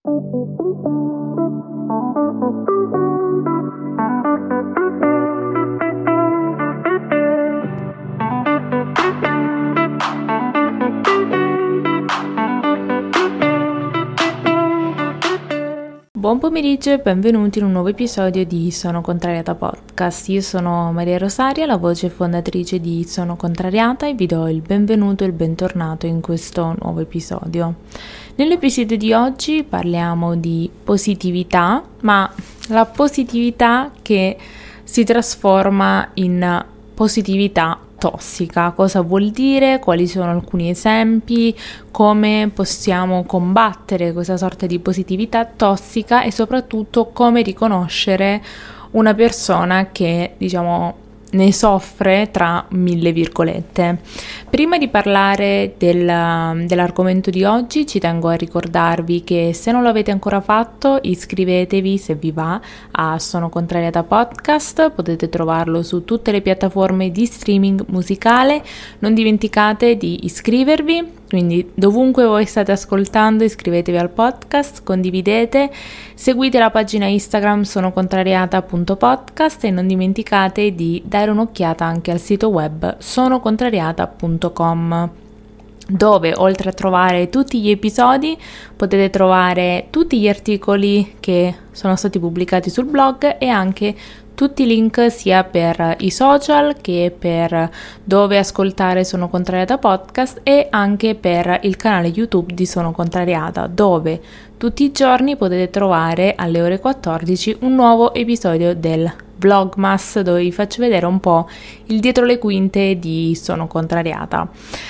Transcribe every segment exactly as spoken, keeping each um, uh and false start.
Buon pomeriggio e benvenuti in un nuovo episodio di Sono Contrariata Podcast. Io sono Maria Rosaria, la voce fondatrice di Sono Contrariata, e vi do il benvenuto e il bentornato in questo nuovo episodio. Nell'episodio di oggi parliamo di positività, ma la positività che si trasforma in positività tossica. Cosa vuol dire? Quali sono alcuni esempi? Come possiamo combattere questa sorta di positività tossica e soprattutto come riconoscere una persona che, diciamo, ne soffre tra mille virgolette. Prima di parlare del, dell'argomento di oggi, ci tengo a ricordarvi che se non lo avete ancora fatto, iscrivetevi se vi va a Sono Contrariata Podcast, potete trovarlo su tutte le piattaforme di streaming musicale. Non dimenticate di iscrivervi, quindi dovunque voi state ascoltando iscrivetevi al podcast, condividete, seguite la pagina Instagram sonocontrariata punto podcast e non dimenticate di dare un'occhiata anche al sito web sonocontrariata punto com, dove oltre a trovare tutti gli episodi potete trovare tutti gli articoli che sono stati pubblicati sul blog e anche tutti i link sia per i social che per dove ascoltare Sono Contrariata Podcast e anche per il canale YouTube di Sono Contrariata, dove tutti i giorni potete trovare alle ore quattordici un nuovo episodio del Vlogmas, dove vi faccio vedere un po' il dietro le quinte di Sono Contrariata.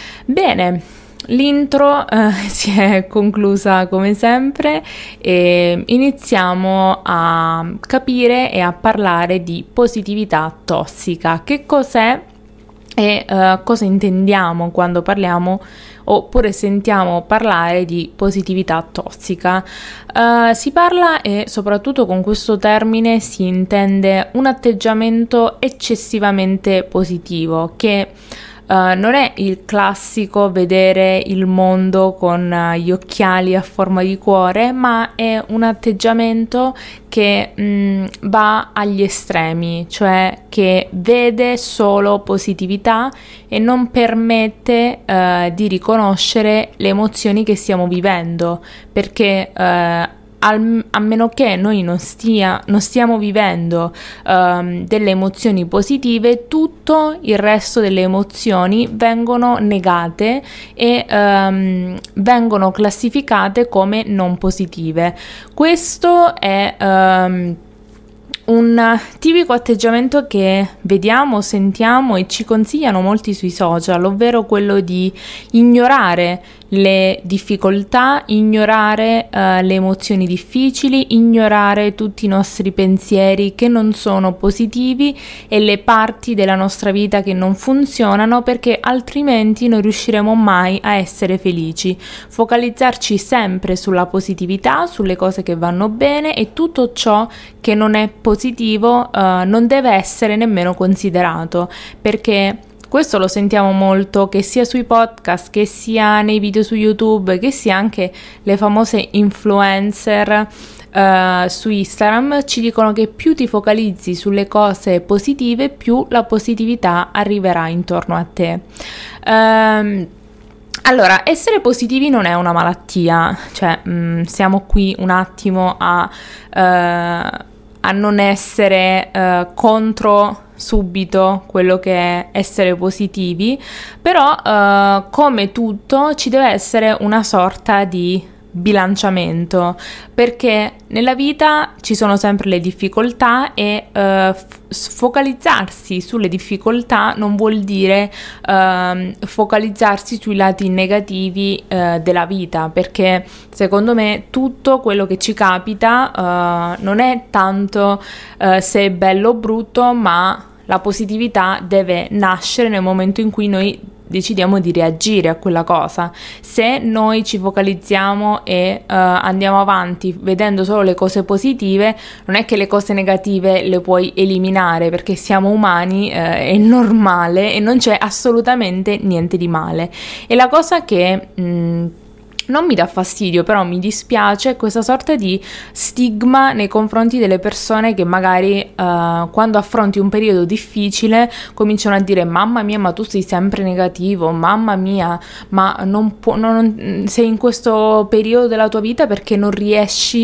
Bene. L'intro eh, si è conclusa come sempre e iniziamo a capire e a parlare di positività tossica. Che cos'è e uh, cosa intendiamo quando parliamo oppure sentiamo parlare di positività tossica? Uh, si parla, e soprattutto con questo termine si intende un atteggiamento eccessivamente positivo che Uh, non è il classico vedere il mondo con uh, gli occhiali a forma di cuore, ma è un atteggiamento che mh, va agli estremi, cioè che vede solo positività e non permette uh, di riconoscere le emozioni che stiamo vivendo, perché uh, Al, a meno che noi non, stia, non stiamo vivendo um, delle emozioni positive, tutto il resto delle emozioni vengono negate e um, vengono classificate come non positive. Questo è um, un tipico atteggiamento che vediamo, sentiamo e ci consigliano molti sui social, ovvero quello di ignorare le difficoltà, ignorare uh, le emozioni difficili, ignorare tutti i nostri pensieri che non sono positivi e le parti della nostra vita che non funzionano, perché altrimenti non riusciremo mai a essere felici. Focalizzarci sempre sulla positività, sulle cose che vanno bene, e tutto ciò che non è positivo uh, non deve essere nemmeno considerato, perché questo lo sentiamo molto, che sia sui podcast, che sia nei video su YouTube, che sia anche le famose influencer uh, su Instagram, ci dicono che più ti focalizzi sulle cose positive, più la positività arriverà intorno a te. Um, Allora, essere positivi non è una malattia, cioè mh, siamo qui un attimo a, uh, a non essere uh, contro subito quello che è essere positivi, però uh, come tutto ci deve essere una sorta di bilanciamento, perché nella vita ci sono sempre le difficoltà e uh, f- focalizzarsi sulle difficoltà non vuol dire uh, focalizzarsi sui lati negativi uh, della vita, perché secondo me tutto quello che ci capita uh, non è tanto uh, se è bello o brutto, ma la positività deve nascere nel momento in cui noi decidiamo di reagire a quella cosa. Se noi ci focalizziamo e uh, andiamo avanti vedendo solo le cose positive, non è che le cose negative le puoi eliminare, perché siamo umani, uh, è normale e non c'è assolutamente niente di male. E la cosa che mh, non mi dà fastidio, però mi dispiace questa sorta di stigma nei confronti delle persone che magari uh, quando affronti un periodo difficile cominciano a dire: mamma mia, ma tu sei sempre negativo, mamma mia, ma non pu- non, sei in questo periodo della tua vita perché non riesci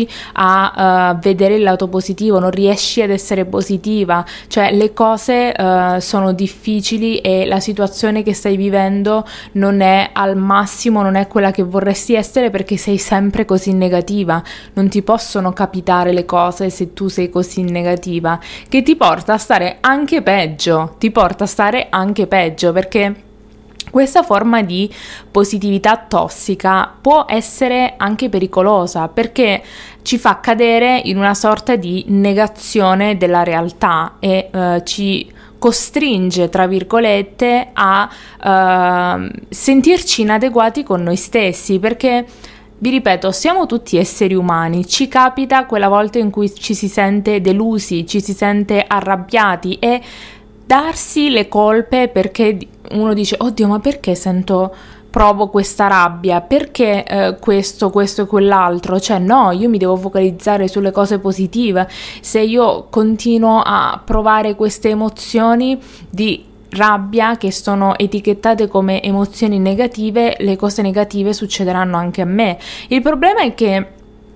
a uh, vedere il lato positivo, non riesci ad essere positiva, cioè le cose uh, sono difficili e la situazione che stai vivendo non è al massimo, non è quella che vorresti essere perché sei sempre così negativa. Non ti possono capitare le cose se tu sei così negativa, che ti porta a stare anche peggio, ti porta a stare anche peggio perché questa forma di positività tossica può essere anche pericolosa perché ci fa cadere in una sorta di negazione della realtà e eh, ci costringe, tra virgolette, a uh, sentirci inadeguati con noi stessi, perché, vi ripeto, siamo tutti esseri umani, ci capita quella volta in cui ci si sente delusi, ci si sente arrabbiati e darsi le colpe perché uno dice: oddio, ma perché sento... provo questa rabbia, perché eh, questo, questo e quell'altro, cioè no, io mi devo focalizzare sulle cose positive. Se io continuo a provare queste emozioni di rabbia che sono etichettate come emozioni negative, le cose negative succederanno anche a me. Il problema è che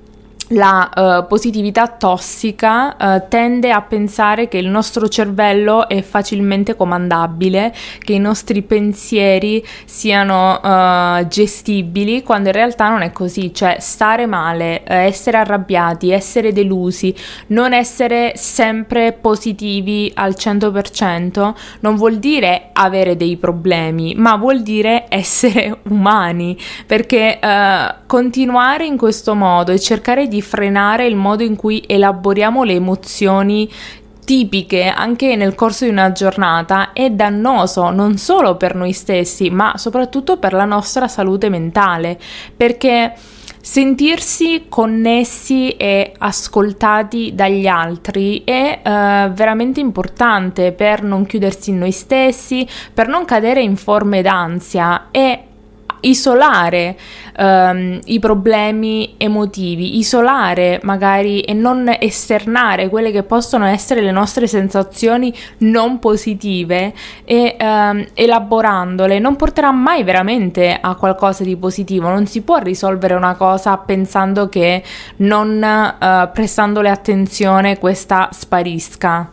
la uh, positività tossica uh, tende a pensare che il nostro cervello è facilmente comandabile, che i nostri pensieri siano uh, gestibili, quando in realtà non è così. Cioè stare male, uh, essere arrabbiati, essere delusi, non essere sempre positivi al cento per cento non vuol dire avere dei problemi, ma vuol dire essere umani, perché uh, continuare in questo modo e cercare di frenare il modo in cui elaboriamo le emozioni tipiche anche nel corso di una giornata è dannoso non solo per noi stessi, ma soprattutto per la nostra salute mentale, perché sentirsi connessi e ascoltati dagli altri è uh, veramente importante per non chiudersi in noi stessi, per non cadere in forme d'ansia e isolare um, i problemi emotivi, isolare magari e non esternare quelle che possono essere le nostre sensazioni non positive e um, elaborandole non porterà mai veramente a qualcosa di positivo. Non si può risolvere una cosa pensando che non uh, prestandole attenzione questa sparisca.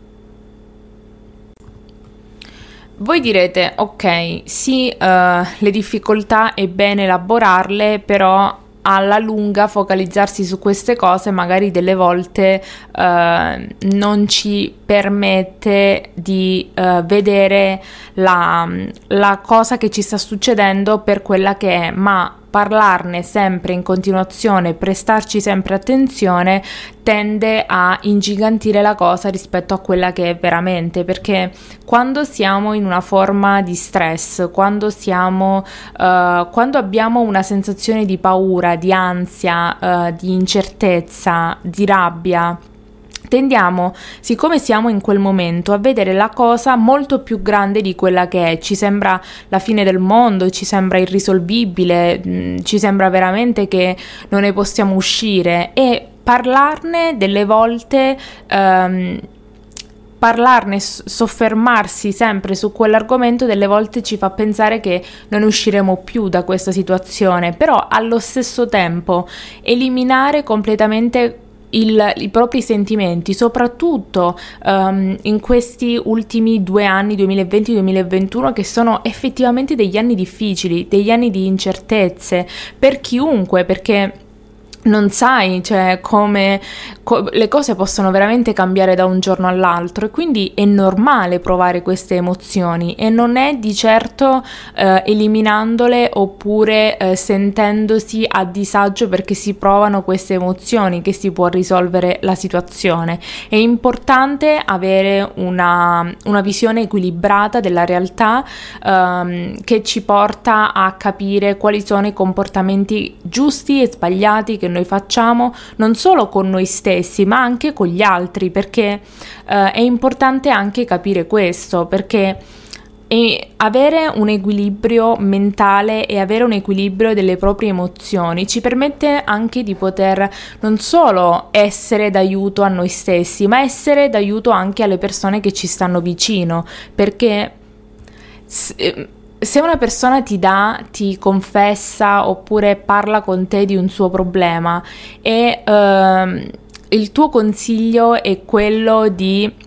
Voi direte: ok, sì, uh, le difficoltà è bene elaborarle, però alla lunga focalizzarsi su queste cose magari delle volte uh, non ci permette di uh, vedere la, la cosa che ci sta succedendo per quella che è, ma parlarne sempre in continuazione, prestarci sempre attenzione, tende a ingigantire la cosa rispetto a quella che è veramente, perché quando siamo in una forma di stress, quando siamo uh, quando abbiamo una sensazione di paura, di ansia, uh, di incertezza, di rabbia, tendiamo, siccome siamo in quel momento, a vedere la cosa molto più grande di quella che è. Ci sembra la fine del mondo, ci sembra irrisolvibile, mh, ci sembra veramente che non ne possiamo uscire, e parlarne delle volte um, parlarne, soffermarsi sempre su quell'argomento delle volte ci fa pensare che non usciremo più da questa situazione, però allo stesso tempo eliminare completamente Il, i propri sentimenti, soprattutto um, in questi ultimi due anni, duemilaventi duemilaventuno, che sono effettivamente degli anni difficili, degli anni di incertezze per chiunque, perché non sai, cioè, come co- le cose possono veramente cambiare da un giorno all'altro, e quindi è normale provare queste emozioni, e non è di certo eh, eliminandole oppure eh, sentendosi a disagio perché si provano queste emozioni che si può risolvere la situazione. È importante avere una, una visione equilibrata della realtà ehm, che ci porta a capire quali sono i comportamenti giusti e sbagliati che noi facciamo, non solo con noi stessi ma anche con gli altri, perché eh, è importante anche capire questo, perché e avere un equilibrio mentale e avere un equilibrio delle proprie emozioni ci permette anche di poter non solo essere d'aiuto a noi stessi, ma essere d'aiuto anche alle persone che ci stanno vicino, perché se una persona ti dà, ti confessa oppure parla con te di un suo problema e ehm, il tuo consiglio è quello di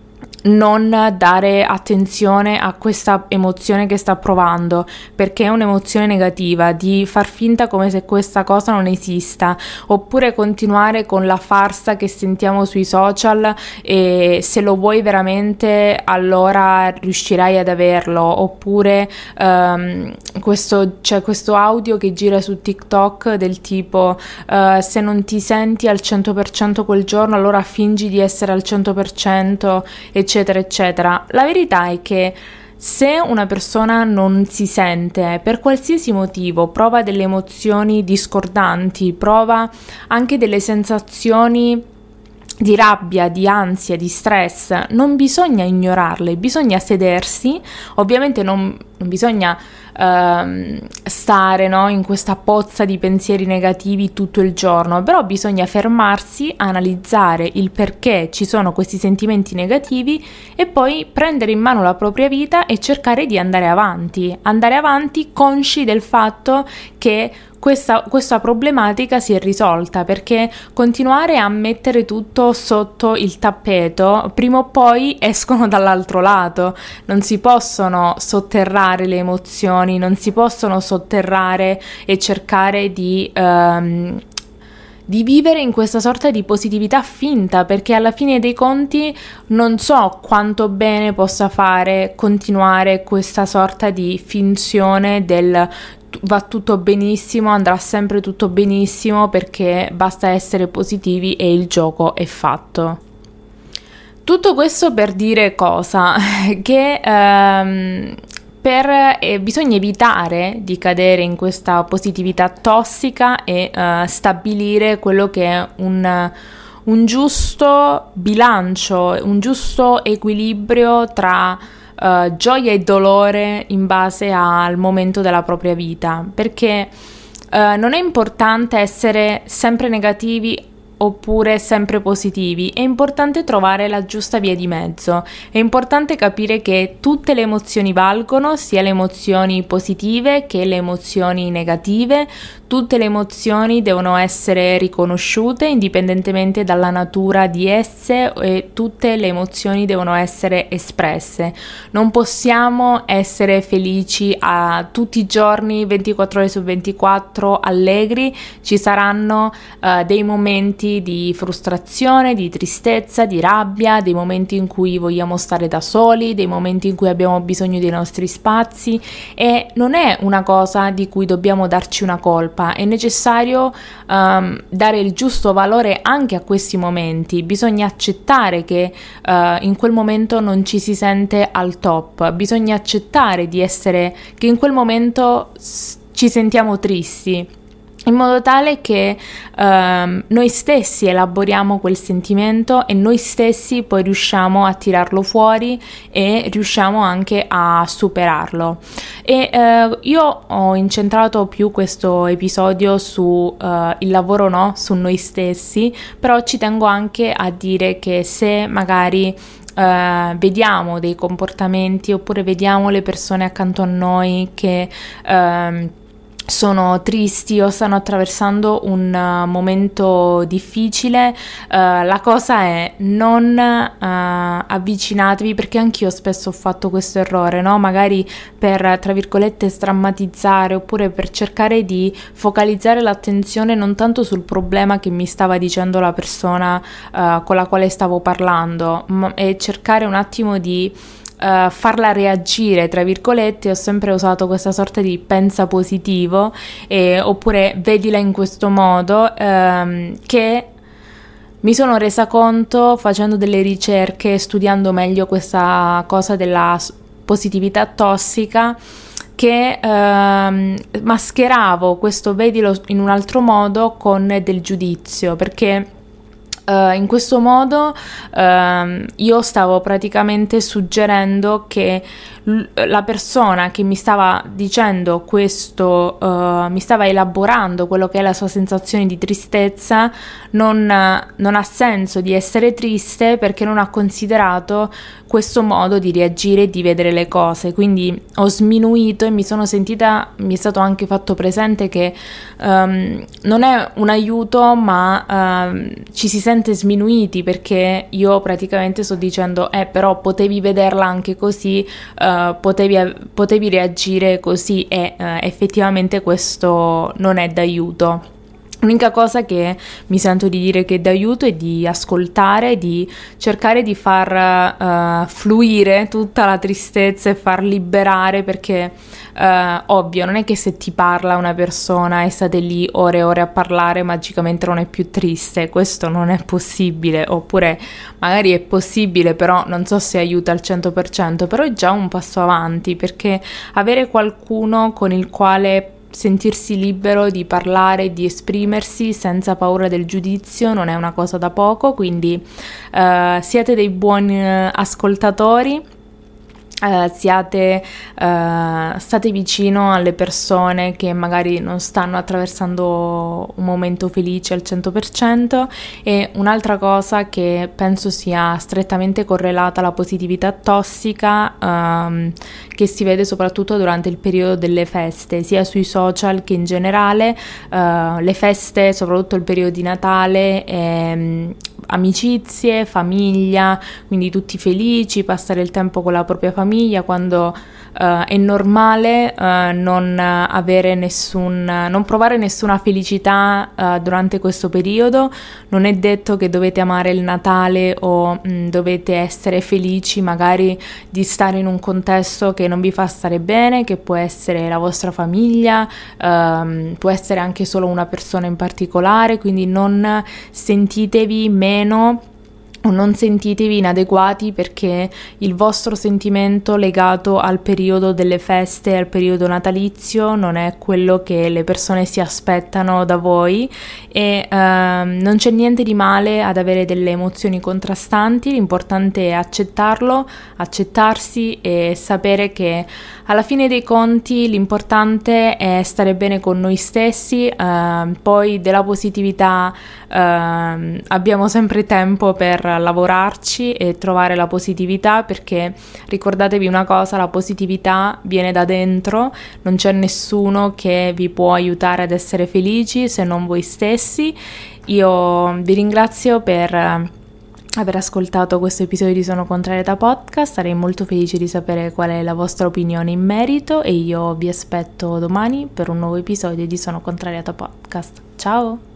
non dare attenzione a questa emozione che sta provando perché è un'emozione negativa, di far finta come se questa cosa non esista, oppure continuare con la farsa che sentiamo sui social e se lo vuoi veramente allora riuscirai ad averlo, oppure um, questo, c'è questo audio che gira su TikTok del tipo uh, se non ti senti al cento per cento quel giorno allora fingi di essere al cento per cento e eccetera eccetera. La verità è che se una persona non si sente per qualsiasi motivo, prova delle emozioni discordanti, prova anche delle sensazioni di rabbia, di ansia, di stress, non bisogna ignorarle, bisogna sedersi, ovviamente non, non bisogna uh, stare, no, in questa pozza di pensieri negativi tutto il giorno, però bisogna fermarsi, analizzare il perché ci sono questi sentimenti negativi e poi prendere in mano la propria vita e cercare di andare avanti, andare avanti consci del fatto che Questa, questa problematica si è risolta, perché continuare a mettere tutto sotto il tappeto prima o poi escono dall'altro lato, non si possono sotterrare le emozioni, non si possono sotterrare e cercare di ehm, di vivere in questa sorta di positività finta, perché alla fine dei conti non so quanto bene possa fare continuare questa sorta di finzione del va tutto benissimo, andrà sempre tutto benissimo perché basta essere positivi e il gioco è fatto. Tutto questo per dire cosa? Che ehm, per, eh, bisogna evitare di cadere in questa positività tossica e eh, stabilire quello che è un, un giusto bilancio, un giusto equilibrio tra Uh, gioia e dolore in base al momento della propria vita, perché uh, non è importante essere sempre negativi oppure sempre positivi, è importante trovare la giusta via di mezzo, è importante capire che tutte le emozioni valgono, sia le emozioni positive che le emozioni negative, tutte le emozioni devono essere riconosciute indipendentemente dalla natura di esse e tutte le emozioni devono essere espresse. Non possiamo essere felici a tutti i giorni, ventiquattro ore su ventiquattro, allegri, ci saranno uh, dei momenti di frustrazione, di tristezza, di rabbia, dei momenti in cui vogliamo stare da soli, dei momenti in cui abbiamo bisogno dei nostri spazi e non è una cosa di cui dobbiamo darci una colpa. È necessario um, dare il giusto valore anche a questi momenti, bisogna accettare che uh, in quel momento non ci si sente al top, bisogna accettare di essere, che in quel momento s- ci sentiamo tristi, in modo tale che ehm, noi stessi elaboriamo quel sentimento e noi stessi poi riusciamo a tirarlo fuori e riusciamo anche a superarlo. E eh, io ho incentrato più questo episodio su eh, il lavoro, no, su noi stessi, però ci tengo anche a dire che se magari Uh, vediamo dei comportamenti oppure vediamo le persone accanto a noi che uh, sono tristi o stanno attraversando un uh, momento difficile, uh, la cosa è non uh, avvicinatevi, perché anch'io spesso ho fatto questo errore, no? Magari per, tra virgolette, strammatizzare oppure per cercare di focalizzare l'attenzione non tanto sul problema che mi stava dicendo la persona uh, con la quale stavo parlando, ma e cercare un attimo di Uh, farla reagire, tra virgolette. Ho sempre usato questa sorta di pensa positivo eh, oppure vedila in questo modo, ehm, che mi sono resa conto facendo delle ricerche, studiando meglio questa cosa della positività tossica, che ehm, mascheravo questo vedilo in un altro modo con del giudizio, perché Uh, in questo modo uh, io stavo praticamente suggerendo che l- la persona che mi stava dicendo questo, uh, mi stava elaborando quello che è la sua sensazione di tristezza, non, non ha senso di essere triste perché non ha considerato questo modo di reagire e di vedere le cose. Quindi ho sminuito e mi sono sentita, mi è stato anche fatto presente che um, non è un aiuto, ma um, ci si sente sminuiti, perché io praticamente sto dicendo eh però potevi vederla anche così, uh, potevi, potevi reagire così, e uh, effettivamente questo non è d'aiuto. L'unica cosa che mi sento di dire che è d'aiuto è di ascoltare, di cercare di far uh, fluire tutta la tristezza e far liberare, perché uh, ovvio, non è che se ti parla una persona e state lì ore e ore a parlare magicamente non è più triste. Questo non è possibile, oppure magari è possibile però non so se aiuta al cento per cento, però è già un passo avanti, perché avere qualcuno con il quale sentirsi libero di parlare, di esprimersi senza paura del giudizio non è una cosa da poco. Quindi uh, siate dei buoni ascoltatori, uh, siate, uh, state vicino alle persone che magari non stanno attraversando un momento felice al cento per cento. E un'altra cosa che penso sia strettamente correlata alla positività tossica, um, che si vede soprattutto durante il periodo delle feste, sia sui social che in generale, uh, le feste, soprattutto il periodo di Natale, e, amicizie, famiglia, quindi tutti felici, passare il tempo con la propria famiglia, quando uh, è normale uh, non avere nessun, non provare nessuna felicità uh, durante questo periodo. Non è detto che dovete amare il Natale o mh, dovete essere felici magari di stare in un contesto che non vi fa stare bene, che può essere la vostra famiglia, um, può essere anche solo una persona in particolare, quindi non sentitevi meno o non sentitevi inadeguati perché il vostro sentimento legato al periodo delle feste, al periodo natalizio, non è quello che le persone si aspettano da voi. E ehm, non c'è niente di male ad avere delle emozioni contrastanti, l'importante è accettarlo, accettarsi e sapere che alla fine dei conti l'importante è stare bene con noi stessi. Eh, poi della positività eh, abbiamo sempre tempo per lavorarci e trovare la positività, perché ricordatevi una cosa: la positività viene da dentro, non c'è nessuno che vi può aiutare ad essere felici se non voi stessi. Io vi ringrazio per aver ascoltato questo episodio di Sono Contrariata Podcast, sarei molto felice di sapere qual è la vostra opinione in merito e io vi aspetto domani per un nuovo episodio di Sono Contrariata Podcast. Ciao!